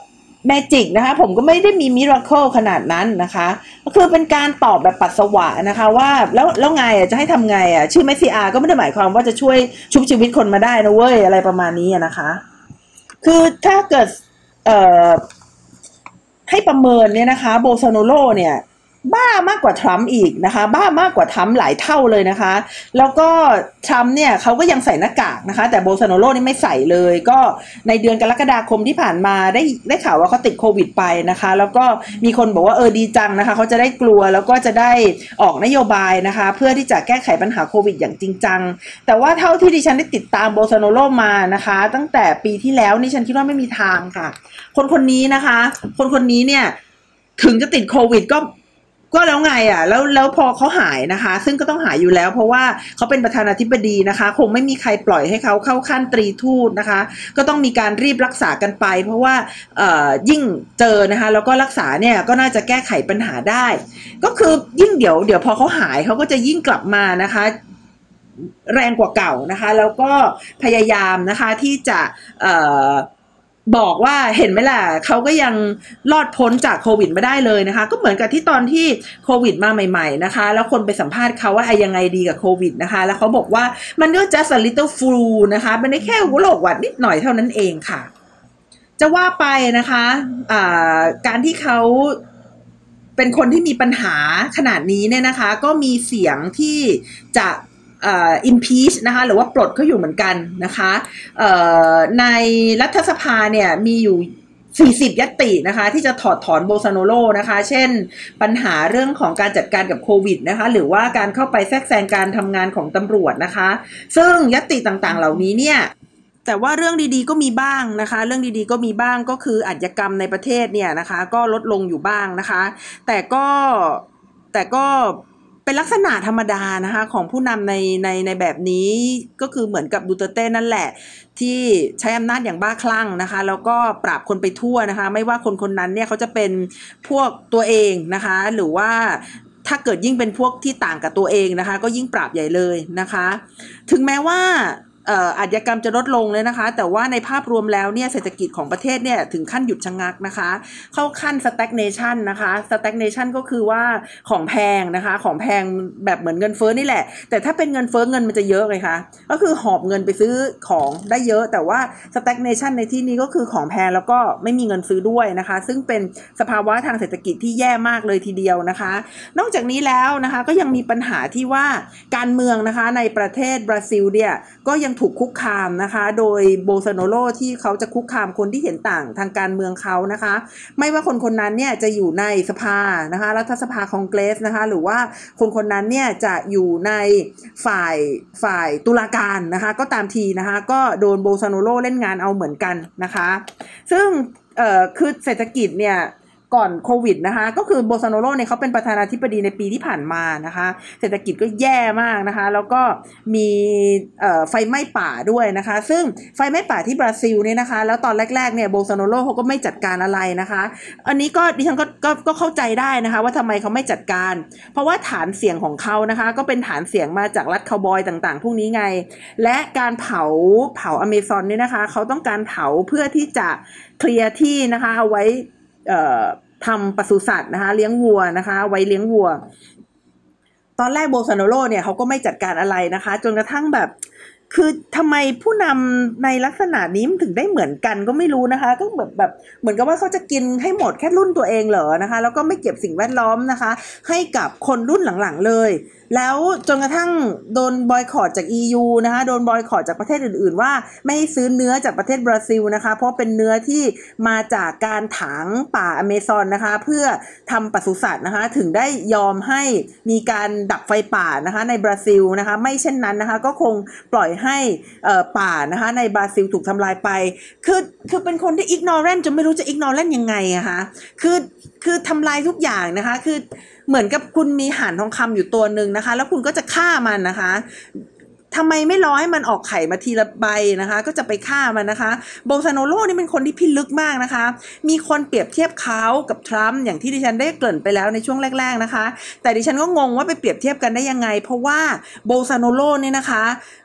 แมจิกนะคะผมก็ไม่ได้มีมิราเคิลขนาดนั้นนะคะก็คือเป็นการตอบแบบปัสสาวะนะคะว่าแล้วแล้วไงอ่ะจะให้ทำไงอ่ะชื่อเมสซิอาก็ไม่ได้หมายความว่าจะช่วยชุบชีวิตคนมาได้นะเว้ยอะไรประมาณนี้นะคะคือถ้าเกิดเอ่อให้ประเมินเนี่ยนะคะโบซาโนโลเนี่ยบ้ามากกว่าทรัมป์อีกนะคะบ้ามากกว่าทรัมป์หลายเท่าเลยนะคะแล้วก็ทรัมป์เนี่ยเขาก็ยังใส่หน้ากากนะคะแต่โบซาโนโลนี่ไม่ใส่เลยก็ในเดือนกรกฎาคมที่ผ่านมาได้ได้ข่าวว่าเขาติดโควิดไปนะคะแล้วก็มีคนบอกว่าเออดีจังนะคะเขาจะได้กลัวแล้วก็จะได้ออกนโยบายนะคะเพื่อที่จะแก้ไขปัญหาโควิดอย่างจริงจังแต่ว่าเท่าที่ดิฉันได้ติดตามโบซาโนโลมานะคะตั้งแต่ปีที่แล้วนี่ฉันคิดว่าไม่มีทางค่ะคนคนนี้นะคะคนคนนี้เนี่ยถึงจะติดโควิดก็ก็แล้วไงอ่ะแล้วแล้วพอเขาหายนะคะซึ่งก็ต้องหายอยู่แล้วเพราะว่าเขาเป็นประธานาธิบดีนะคะคงไม่มีใครปล่อยให้เขาเข้าขั้นตรีทูตนะคะก็ต้องมีการรีบรักษากันไปเพราะว่าเอ่อยิ่งเจอนะคะแล้วก็รักษาเนี่ยก็น่าจะแก้ไขปัญหาได้ก็คือยิ่งเดี๋ยวเดี๋ยวพอเขาหายเขาก็จะยิ่งกลับมานะคะแรงกว่าเก่านะคะแล้วก็พยายามนะคะที่จะเอ่อบอกว่าเห็นไหมล่ะเขาก็ยังรอดพ้นจากโควิดมาได้เลยนะคะก็เหมือนกับที่ตอนที่โควิดมาใหม่ๆนะคะแล้วคนไปสัมภาษณ์เขาว่าไอ้ยังไงดีกับโควิดนะคะแล้วเขาบอกว่ามันก็ just a little flu นะคะเป็นแค่โรคหวัดนิดหน่อยเท่านั้นเองค่ะจะว่าไปนะคะะการที่เขาเป็นคนที่มีปัญหาขนาดนี้เนี่ยนะคะก็มีเสียงที่จะเอ่อ impeach นะคะหรือว่าปลดเขาอยู่เหมือนกันนะคะเอ่อในรัฐสภาเนี่ยมีอยู่สี่สิบญัตตินะคะที่จะถอดถอนโบซาโนโลนะคะเช่นปัญหาเรื่องของการจัดการกับโควิดนะคะหรือว่าการเข้าไปแทรกแซงการทำงานของตำรวจนะคะซึ่งญัตติต่างๆเหล่านี้เนี่ยแต่ว่าเรื่องดีๆก็มีบ้างนะคะเรื่องดีๆก็มีบ้างก็คืออาชญากรรมในประเทศเนี่ยนะคะก็ลดลงอยู่บ้างนะคะแต่ก็แต่ก็เป็นลักษณะธรรมดานะคะของผู้นำในในในแบบนี้ก็คือเหมือนกับดูเตอร์เต้นั่นแหละที่ใช้อำนาจอย่างบ้าคลั่งนะคะแล้วก็ปราบคนไปทั่วนะคะไม่ว่าคนคนนั้นเนี่ยเขาจะเป็นพวกตัวเองนะคะหรือว่าถ้าเกิดยิ่งเป็นพวกที่ต่างกับตัวเองนะคะก็ยิ่งปราบใหญ่เลยนะคะถึงแม้ว่าอาชญากรรมจะลดลงเลยนะคะแต่ว่าในภาพรวมแล้วเนี่ยเศรษฐกิจของประเทศเนี่ยถึงขั้นหยุดชะงักนะคะเข้าขั้น stagnation นะคะ stagnation ก็คือว่าของแพงนะคะของแพงแบบเหมือนเงินเฟ้อนี่แหละแต่ถ้าเป็นเงินเฟ้อเงินมันจะเยอะเลยค่ะก็คือหอบเงินไปซื้อของได้เยอะแต่ว่า stagnation ในที่นี้ก็คือของแพงแล้วก็ไม่มีเงินซื้อด้วยนะคะซึ่งเป็นสภาวะทางเศรษฐกิจที่แย่มากเลยทีเดียวนะคะนอกจากนี้แล้วนะคะก็ยังมีปัญหาที่ว่าการเมืองนะคะในประเทศบราซิลเนี่ยก็ยังถูกคุกคามนะคะโดยโบซาโนโลที่เขาจะคุกคามคนที่เห็นต่างทางการเมืองเขานะคะไม่ว่าคนคนนั้นเนี่ยจะอยู่ในสภานะคะรัฐสภาคองเกรสนะคะหรือว่าคนคนนั้นเนี่ยจะอยู่ในฝ่ายฝ่ายตุลาการนะคะก็ตามทีนะคะก็โดนโบซาโนโลเล่นงานเอาเหมือนกันนะคะซึ่งเอ่อคือเศรษฐกิจเนี่ยก่อนโควิดนะคะก็คือโบซาโนโลเนี่ยเขาเป็นประธานาธิบดีในปีที่ผ่านมานะคะเศรษฐกิจก็แย่มากนะคะแล้วก็มีเอ่อไฟไหม้ป่าด้วยนะคะซึ่งไฟไหม้ป่าที่บราซิลเนี่ยนะคะแล้วตอนแรกๆเนี่ยโบซาโนโลเขาก็ไม่จัดการอะไรนะคะอันนี้ก็ดิฉันก็ก็ก็เข้าใจได้นะคะว่าทำไมเขาไม่จัดการเพราะว่าฐานเสียงของเขานะคะก็เป็นฐานเสียงมาจากรัฐคาวบอยต่างๆพวกนี้ไงและการเผาเผาอเมซอนเนี่ยนะคะเขาต้องการเผาเพื่อที่จะเคลียร์ที่นะคะเอาไว้เอ่อทำปศุสัตว์นะคะเลี้ยงวัวนะคะไว้เลี้ยงวัวตอนแรกโบซาโนโลเนี่ยเขาก็ไม่จัดการอะไรนะคะจนกระทั่งแบบคือทำไมผู้นำในลักษณะนี้มันถึงได้เหมือนกันก็ไม่รู้นะคะก็แบบแบบเหมือนกับว่าเขาจะกินให้หมดแค่รุ่นตัวเองเหรอนะคะแล้วก็ไม่เก็บสิ่งแวดล้อมนะคะให้กับคนรุ่นหลังๆเลยแล้วจนกระทั่งโดนบอยคอตจาก อี ยู นะคะโดนบอยคอตจากประเทศอื่นๆว่าไม่ให้ซื้อเนื้อจากประเทศบราซิลนะคะเพราะเป็นเนื้อที่มาจากการถางป่าอเมซอนนะคะเพื่อทำปศุสัตว์นะคะถึงได้ยอมให้มีการดับไฟป่านะคะในบราซิลนะคะไม่เช่นนั้นนะคะก็คงปล่อยให้ป่านะคะในบราซิลถูกทำลายไปคือคือเป็นคนที่ ignorant จนไม่รู้จะ ignorant ยังไงอะคะคือคือทำลายทุกอย่างนะคะคือเหมือนกับคุณมีห่านทองคำอยู่ตัวหนึ่งนะคะแล้วคุณก็จะฆ่ามันนะคะทำไมไม่รอให้มันออกไข่มาทีละใบนะคะก็จะไปฆ่ามันนะคะโบซาโนโลนี่เป็นคนที่พิลึกมากนะคะมีคนเปรียบเทียบเขากับทรัมป์อย่างที่ดิฉันได้เกริ่นไปแล้วในช่วงแรกๆนะคะแต่ดิฉันก็งงว่าไปเปรียบเทียบกันได้ยังไงเพราะว่าโบซาโนโลเนี่ยนะคะ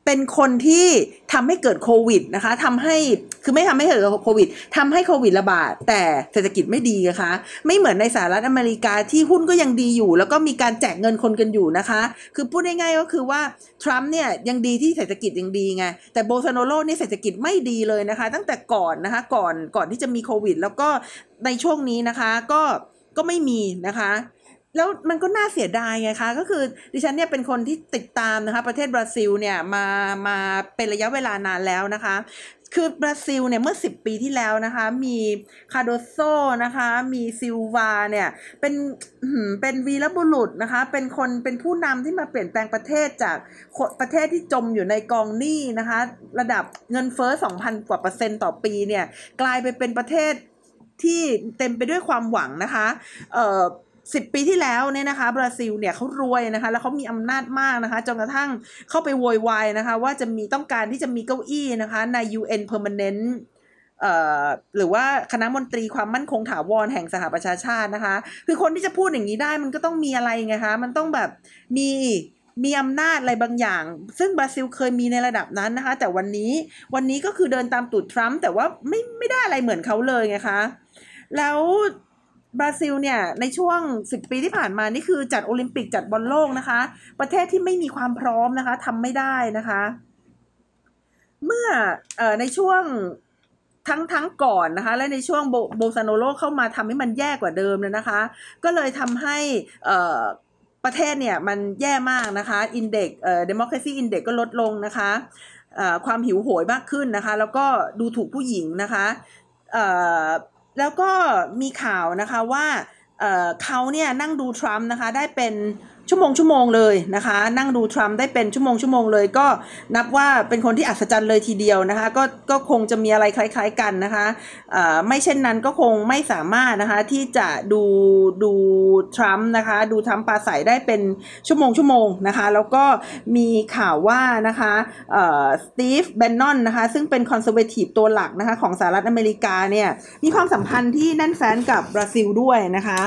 เป็นคนที่ทำให้เกิดโควิดนะคะทำให้คือไม่ทำให้เกิดโควิดทำให้โควิดระบาดแต่เศรษฐกิจไม่ดีนะคะไม่เหมือนในสหรัฐอเมริกาที่หุ้นก็ยังดีอยู่แล้วก็มีการแจกเงินคนกันอยู่นะคะคือพูดง่ายๆก็คือว่าทรัมป์เนี่ยยังดีที่เศรษฐกิจยังดีไงแต่โบลซาโนโรนี่เศรษฐกิจไม่ดีเลยนะคะตั้งแต่ก่อนนะคะก่อนก่อนที่จะมีโควิดแล้วก็ในช่วงนี้นะคะก็ก็ไม่มีนะคะแล้วมันก็น่าเสียดายไงคะก็คือดิฉันเนี่ยเป็นคนที่ติดตามนะคะประเทศบราซิลเนี่ยมามาเป็นระยะเวลานานแล้วนะคะคือบราซิลเนี่ยเมื่อสิบปีที่แล้วนะคะมีคาโดโซนะคะมีซิลวาเนี่ยเป็นเป็นวีรบุรุษนะคะเป็นคนเป็นผู้นำที่มาเปลี่ยนแปลงประเทศจากประเทศที่จมอยู่ในกองหนี้นะคะระดับเงินเฟ้อ สองพัน กว่าเปอร์เซ็นต์ต่อปีเนี่ยกลายไปเป็นประเทศที่เต็มไปด้วยความหวังนะคะเอ่อสิบปีที่แล้วเนี่ยนะคะบราซิลเนี่ยเขารวยนะคะแล้วเขามีอำนาจมากนะคะจนกระทั่งเข้าไปโวยวายนะคะว่าจะมีต้องการที่จะมีเก้าอี้นะคะใน ยู เอ็น Permanent เอ่อหรือว่าคณะมนตรีความมั่นคงถาวรแห่งสหประชาชาตินะคะคือคนที่จะพูดอย่างนี้ได้มันก็ต้องมีอะไรไงคะมันต้องแบบมีมีอำนาจอะไรบางอย่างซึ่งบราซิลเคยมีในระดับนั้นนะคะแต่วันนี้วันนี้ก็คือเดินตามตูดทรัมป์แต่ว่าไม่ไม่ได้อะไรเหมือนเขาเลยไงคะแล้วบราซิลเนี่ยในช่วงสิบปีที่ผ่านมานี่คือจัดโอลิมปิกจัดบอลโลกนะคะประเทศที่ไม่มีความพร้อมนะคะทำไม่ได้นะคะเมื่อเอ่อในช่วงทั้งทั้งก่อนนะคะและในช่วงโบโบซาโนโรเข้ามาทำให้มันแย่กว่าเดิมเลยนะคะก็เลยทำให้เอ่อประเทศเนี่ยมันแย่มากนะคะอินเด็กซ์เอ่อ democracy index ก็ลดลงนะคะเอ่อความหิวโหยมากขึ้นนะคะแล้วก็ดูถูกผู้หญิงนะคะเอ่อแล้วก็มีข่าวนะคะว่าเอ่อเขาเนี่ยนั่งดูทรัมป์นะคะได้เป็นชั่วโมงชั่วโมงเลยนะคะนั่งดูทรัมป์ได้เป็นชั่วโมงชั่วโมงเลยก็นับว่าเป็นคนที่อัศจรรย์เลยทีเดียวนะคะก็ก็คงจะมีอะไรคล้ายๆกันนะคะเอ่อไม่เช่นนั้นก็คงไม่สามารถนะคะที่จะดูดูทรัมป์นะคะดูทรัมป์ปราศัยได้เป็นชั่วโมงชั่วโมงนะคะแล้วก็มีข่าวว่านะคะเอ่อสตีฟแบนนอนนะคะซึ่งเป็นคอนเซอร์เวทีฟตัวหลักนะคะของสหรัฐอเมริกาเนี่ยมีความสัมพันธ์ที่แน่นแฟ้นกับบราซิลด้วยนะคะ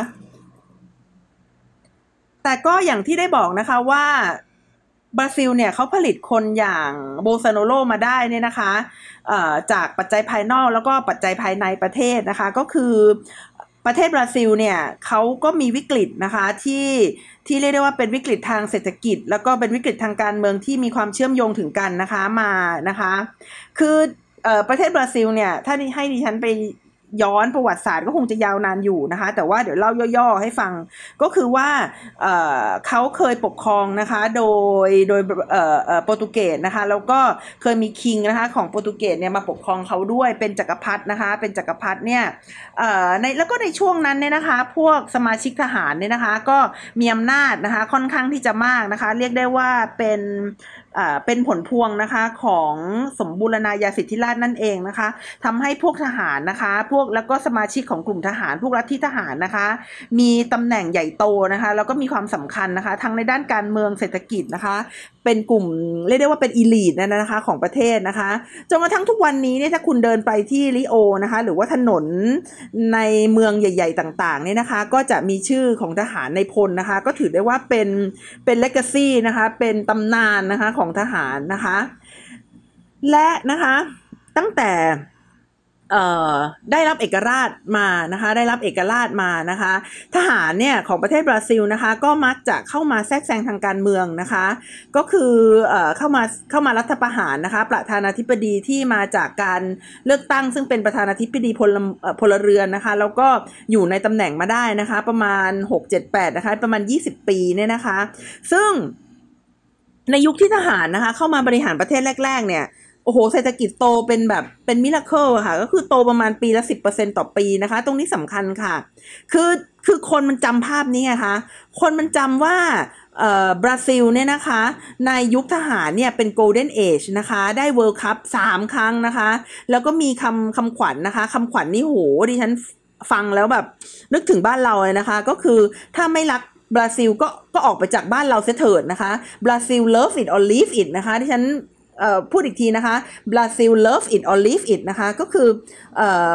แต่ก็อย่างที่ได้บอกนะคะว่าบราซิลเนี่ยเขาผลิตคนอย่างโบลซาโนโรมาได้เนี่ยนะคะจากปัจจัยภายนอกแล้วก็ปัจจัยภายในประเทศนะคะก็คือประเทศบราซิลเนี่ยเขาก็มีวิกฤตนะคะที่ที่เรียกได้ว่าเป็นวิกฤตทางเศรษฐกิจแล้วก็เป็นวิกฤตทางการเมืองที่มีความเชื่อมโยงถึงกันนะคะมานะคะคือประเทศบราซิลเนี่ยถ้าให้ดิฉันไปย้อนประวัติศาสตร์ก็คงจะยาวนานอยู่นะคะแต่ว่าเดี๋ยวเล่าย่อๆให้ฟังก็คือว่าเอ่อเขาเคยปกครองนะคะโดยโดยเอ่อเอ่อโปรตุเกสนะคะแล้วก็เคยมีคิงนะคะของโปรตุเกสเนี่ยมาปกครองเขาด้วยเป็นจักรพรรดินะคะเป็นจักรพรรดิเนี่ยเอ่อในแล้วก็ในช่วงนั้นเนี่ยนะคะพวกสมาชิกทหารเนี่ยนะคะก็มีอำนาจนะคะค่อนข้างที่จะมากนะคะเรียกได้ว่าเป็นอ่าเป็นผลพวงนะคะของสมบูรณาญาสิทธิราชย์นั่นเองนะคะทำให้พวกทหารนะคะพวกแล้วก็สมาชิกของกลุ่มทหารพวกลัทธิทหารนะคะมีตำแหน่งใหญ่โตนะคะแล้วก็มีความสำคัญนะคะทั้งในด้านการเมืองเศรษฐกิจนะคะเป็นกลุ่มเรียกได้ว่าเป็นอีลีทนะคะของประเทศนะคะจนกระทั่งทุกวันนี้เนี่ยถ้าคุณเดินไปที่ริโอนะคะหรือว่าถนนในเมืองใหญ่ๆต่างๆเนี่ยนะคะก็จะมีชื่อของทหารในพลนะคะก็ถือได้ว่าเป็นเป็นเลกาซีนะคะเป็นตำนานนะคะของทหารนะคะและนะคะตั้งแต่เอ่อได้รับเอกราชมานะคะได้รับเอกราชมานะคะทหารเนี่ยของประเทศบราซิลนะคะก็มักจะเข้ามาแทรกแซงทางการเมืองนะคะก็คือเอ่อเข้ามาเข้ามารัฐประหารนะคะประธานาธิบดีที่มาจากการเลือกตั้งซึ่งเป็นประธานาธิบดีพลพลเรือนนะคะแล้วก็อยู่ในตำแหน่งมาได้นะคะประมาณหก เจ็ด แปดนะคะประมาณยี่สิบปีเนี่ยนะคะซึ่งในยุคที่ทหารนะคะเข้ามาบริหารประเทศแรกๆเนี่ยโอ้โหเศรษฐกิจโตเป็นแบบเป็นมิราเคิลค่ะก็คือโตประมาณปีละ สิบเปอร์เซ็นต์ ต่อปีนะคะตรงนี้สำคัญค่ะคือคือคนมันจำภาพนี้ไงคะคนมันจำว่าเอ่อบราซิลเนี่ยนะคะในยุคทหารเนี่ยเป็นโกลเด้นเอจนะคะได้เวิลด์คัพสามครั้งนะคะแล้วก็มีคำคำขวัญ นนะคะคำขวัญ น, นี่โหดิฉันฟังแล้วแบบนึกถึงบ้านเราเลยนะคะก็คือถ้าไม่รักบราซิลก็ก็ออกไปจากบ้านเราเสียเถิดนะคะบราซิล love it or leave it นะคะดิฉันเอ่อพูดอีกทีนะคะ Brazil love it or leave it นะคะก็คือเอ่อ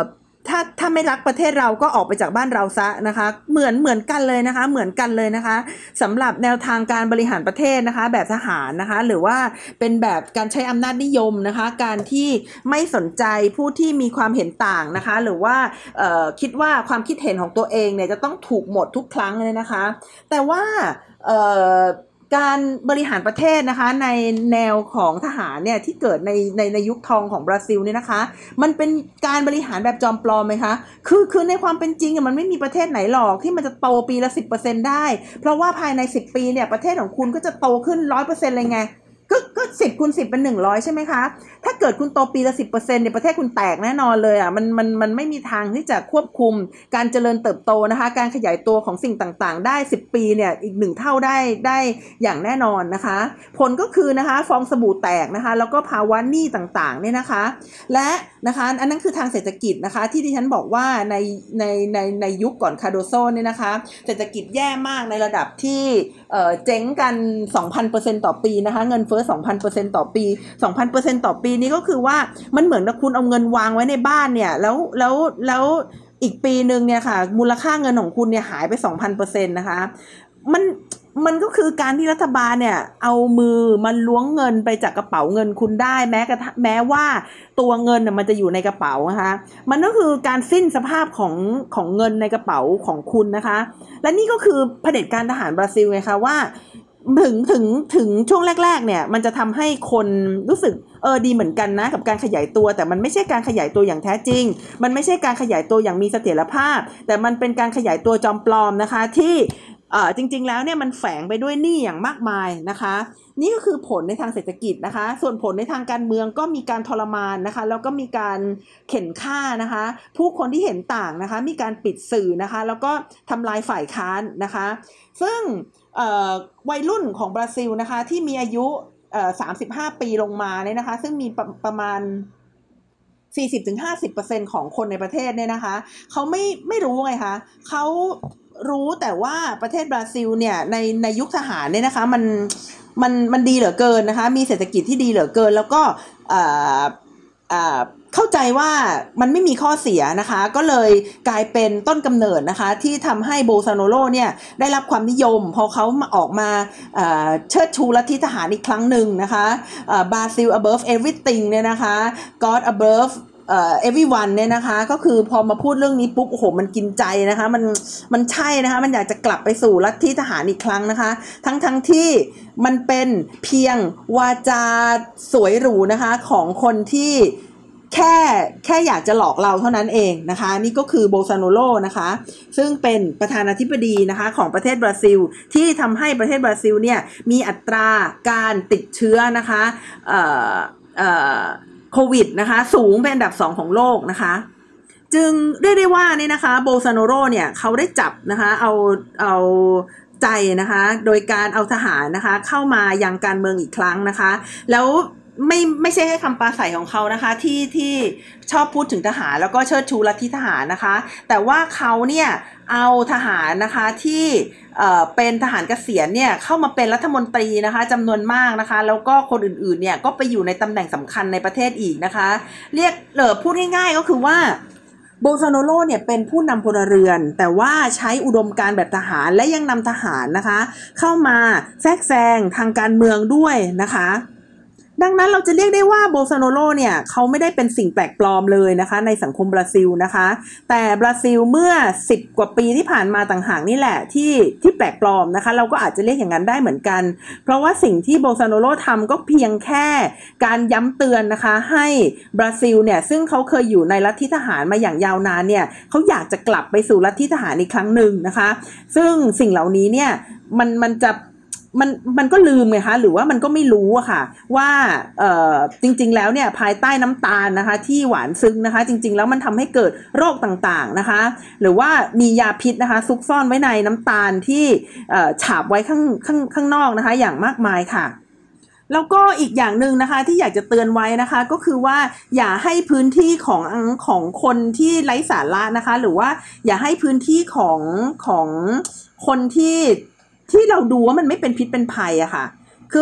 ถ้าถ้าไม่รักประเทศเราก็ออกไปจากบ้านเราซะนะคะเหมือนเหมือนกันเลยนะคะเหมือนกันเลยนะคะสำหรับแนวทางการบริหารประเทศนะคะแบบทหารนะคะหรือว่าเป็นแบบการใช้อำนาจนิยมนะคะการที่ไม่สนใจผู้ที่มีความเห็นต่างนะคะหรือว่าเอ่อคิดว่าความคิดเห็นของตัวเองเนี่ยจะต้องถูกหมดทุกครั้งเลยนะคะแต่ว่าเอ่อการบริหารประเทศนะคะในแนวของทหารเนี่ยที่เกิดในในในยุคทองของบราซิลเนี่ยนะคะมันเป็นการบริหารแบบจอมปลอมไหมคะคือคือในความเป็นจริงมันไม่มีประเทศไหนหรอกที่มันจะโตปีละ สิบเปอร์เซ็นต์ ได้เพราะว่าภายในสิบปีเนี่ยประเทศของคุณก็จะโตขึ้น ร้อยเปอร์เซ็นต์ เลยไงก็ก็สิบคูณสิบเป็นหนึ่งร้อยใช่ไหมคะถ้าเกิดคุณโตปีละ สิบเปอร์เซ็นต์ เนี่ยประเทศคุณแตกแน่นอนเลยอ่ะมันมันมันไม่มีทางที่จะควบคุมการเจริญเติบโตนะคะการขยายตัวของสิ่งต่างๆได้สิบปีเนี่ยอีกหนึ่งเท่าได้ได้อย่างแน่นอนนะคะผลก็คือนะคะฟองสบู่แตกนะคะแล้วก็ภาวะหนี้ต่างๆเนี่ยนะคะและนะคะอันนั้นคือทางเศรษฐกิจนะคะที่ดิฉันบอกว่าในในในในยุคก่อนคาโดโซเนี่ยนะคะเศรษฐกิจแย่มากในระดับที่เอ่อเจ๊งกัน สองพันเปอร์เซ็นต์ ต่อปีนะคะเงินเฟ้อ สองพันเปอร์เซ็นต์ ต่อปี สองพันเปอร์เซ็นต์ ต่อปีนี้ก็คือว่ามันเหมือนกับคุณเอาเงินวางไว้ในบ้านเนี่ยแล้วแล้วแล้วอีกปีนึงเนี่ยค่ะมูลค่าเงินของคุณเนี่ยหายไป สองพันเปอร์เซ็นต์ นะคะมันมันก็คือการที่รัฐบาลเนี่ยเอามือมันล้วงเงินไปจากกระเป๋าเงินคุณได้แม้กระทั่งแม้ว่าตัวเงินน่ะมันจะอยู่ในกระเป๋านะคะมันก็คือการสิ้นสภาพของของเงินในกระเป๋าของคุณนะคะและนี่ก็คือเผด็จการทหารบราซิลไงคะว่าถึงถึงถึงช่วงแรกๆเนี่ยมันจะทำให้คนรู้สึกเออดีเหมือนกันนะกับการขยายตัวแต่มันไม่ใช่การขยายตัวอย่างแท้จริงมันไม่ใช่การขยายตัวอย่างมีเสถียรภาพแต่มันเป็นการขยายตัวจอมปลอมนะคะที่เอ่อจริงๆแล้วเนี่ยมันแฝงไปด้วยหนี้อย่างมากมายนะคะนี่ก็คือผลในทางเศรษฐกิจนะคะส่วนผลในทางการเมืองก็มีการทรมานนะคะแล้วก็มีการเข็นฆ่านะคะผู้คนที่เห็นต่างนะคะมีการปิดสื่อนะคะแล้วก็ทำลายฝ่ายค้านนะคะซึ่งวัยรุ่นของบราซิลนะคะที่มีอายุสามสิบห้าปีลงมาเนี่ยนะคะซึ่งมีประประมาณ สี่สิบถึงห้าสิบเปอร์เซ็นต์ ของคนในประเทศเนี่ยนะคะเขาไม่ไม่รู้ไงคะเขารู้แต่ว่าประเทศบราซิลเนี่ยในในยุคทหารเนี่ยนะคะมันมันมันดีเหลือเกินนะคะมีเศรษฐกิจที่ดีเหลือเกินแล้วก็อ่าอ่าเข้าใจว่ามันไม่มีข้อเสียนะคะก็เลยกลายเป็นต้นกำเนิดนะคะที่ทำให้โบซาโนโรเนี่ยได้รับความนิยมพอเขามาออกมาเชิดชูลัทธิทหารอีกครั้งหนึ่งนะคะบราซิล above everything เนี่ยนะคะ God above เอ่อ everyone เนี่ยนะคะก็คือพอมาพูดเรื่องนี้ปุ๊บโอ้โหมันกินใจนะคะมันมันใช่นะคะมันอยากจะกลับไปสู่ลัทธิทหารอีกครั้งนะคะทั้งทั้งที่มันเป็นเพียงวาจาสวยหรูนะคะของคนที่แค่แค่อยากจะหลอกเราเท่านั้นเองนะคะนี่ก็คือโบซาโนโรนะคะซึ่งเป็นประธานาธิบดีนะคะของประเทศบราซิลที่ทำให้ประเทศบราซิลเนี่ยมีอัตราการติดเชื้อนะคะเอ่อเอ่อโควิดนะคะสูงเป็นอันดับสองของโลกนะคะจึงเรียกได้ว่านี่นะคะโบซาโนโรเนี่ยเขาได้จับนะคะเอาเอาใจนะคะโดยการเอาทหารนะคะเข้ามายังการเมืองอีกครั้งนะคะแล้วไม่ไม่ใช่แค่คำปราศัยของเขานะคะที่ที่ชอบพูดถึงทหารแล้วก็เชิดชูลัทธิทหารนะคะแต่ว่าเขาเนี่ยเอาทหารนะคะที่เอ่อเป็นทหารเกษียณเนี่ยเข้ามาเป็นรัฐมนตรีนะคะจำนวนมากนะคะแล้วก็คนอื่นๆเนี่ยก็ไปอยู่ในตำแหน่งสำคัญในประเทศอีกนะคะเรียกเอ่อพูดง่ายๆก็คือว่าโบซาโนโรเนี่ยเป็นผู้นำพลเรือนแต่ว่าใช้อุดมการณ์แบบทหารและยังนำทหารนะคะเข้ามาแทรกแซงทางการเมืองด้วยนะคะดังนั้นเราจะเรียกได้ว่าโบซาโนโรเนี่ยเขาไม่ได้เป็นสิ่งแปลกปลอมเลยนะคะในสังคมบราซิลนะคะแต่บราซิลเมื่อสิบกว่าปีที่ผ่านมาต่างหากนี่แหละที่ที่แปลกปลอมนะคะเราก็อาจจะเรียกอย่างนั้นได้เหมือนกันเพราะว่าสิ่งที่โบซาโนโรทำก็เพียงแค่การย้ำเตือนนะคะให้บราซิลเนี่ยซึ่งเขาเคยอยู่ในลัทธิทหารมาอย่างยาวนานเนี่ยเขาอยากจะกลับไปสู่ลัทธิทหารอีกครั้งหนึ่งนะคะซึ่งสิ่งเหล่านี้เนี่ยมันมันจะมันมันก็ลืมไงคะหรือว่ามันก็ไม่รู้อะค่ะว่าเอ่อจริงๆแล้วเนี่ยภายใต้น้ำตาลนะคะที่หวานซึ้งนะคะจริงๆแล้วมันทำให้เกิดโรคต่างๆนะคะหรือว่ามียาพิษนะคะซุกซ่อนไว้ในน้ำตาลที่เอ่อฉาบไว้ข้างข้างข้างนอกนะคะอย่างมากมายค่ะแล้วก็อีกอย่างหนึ่งนะคะที่อยากจะเตือนไว้นะคะก็คือว่าอย่าให้พื้นที่ของของคนที่ไร้สาระนะคะหรือว่าอย่าให้พื้นที่ของของคนที่ที่เราดูว่ามันไม่เป็นพิษเป็นภัยอะค่ะคือ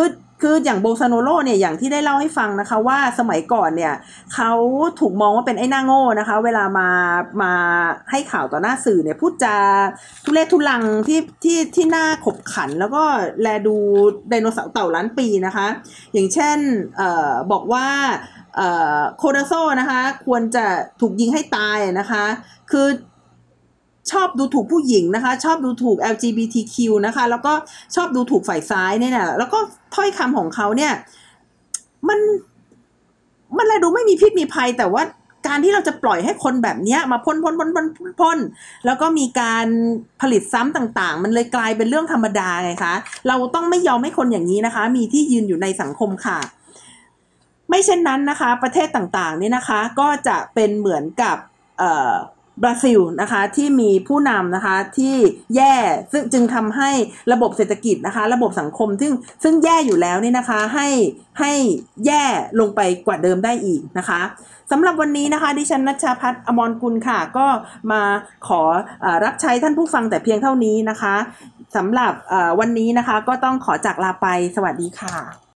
คืออย่างโบซาโนโรเนี่ยอย่างที่ได้เล่าให้ฟังนะคะว่าสมัยก่อนเนี่ยเขาถูกมองว่าเป็นไอ้หน้าโง่นะคะเวลามามาให้ข่าวต่อหน้าสื่อเนี่ยพูดจาทุเรศทุลังที่ที่ที่น่าขบขันแล้วก็แลดูไดโนเสาร์เต่าล้านปีนะคะอย่างเช่นเอ่อบอกว่าเอ่อโคดาโซนะคะควรจะถูกยิงให้ตายนะคะคือชอบดูถูกผู้หญิงนะคะชอบดูถูก แอล จี บี ที คิว นะคะแล้วก็ชอบดูถูกฝ่ายซ้ายเนี่ยนะแล้วก็ถ้อยคำของเขาเนี่ยมันมันอะไรดูไม่มีพิษมีภัยแต่ว่าการที่เราจะปล่อยให้คนแบบนี้มาพ่นพ่นพ่นพ่นพ่นแล้วก็มีการผลิตซ้ำต่างๆมันเลยกลายเป็นเรื่องธรรมดาไงคะเราต้องไม่ยอมให้คนอย่างนี้นะคะมีที่ยืนอยู่ในสังคมค่ะไม่เช่นนั้นนะคะประเทศต่างๆนี่นะคะก็จะเป็นเหมือนกับเอ่อบราซิลนะคะที่มีผู้นำนะคะที่แย่ซึ่งจึงทำให้ระบบเศรษฐกิจนะคะระบบสังคมซึ่งซึ่งแย่อยู่แล้วนี่นะคะให้ให้แย่ลงไปกว่าเดิมได้อีกนะคะสำหรับวันนี้นะคะดิฉันณัชชาภัทร อมรกุลค่ะก็มาขอเอ่อรับใช้ท่านผู้ฟังแต่เพียงเท่านี้นะคะสำหรับเอ่อวันนี้นะคะก็ต้องขอจากลาไปสวัสดีค่ะ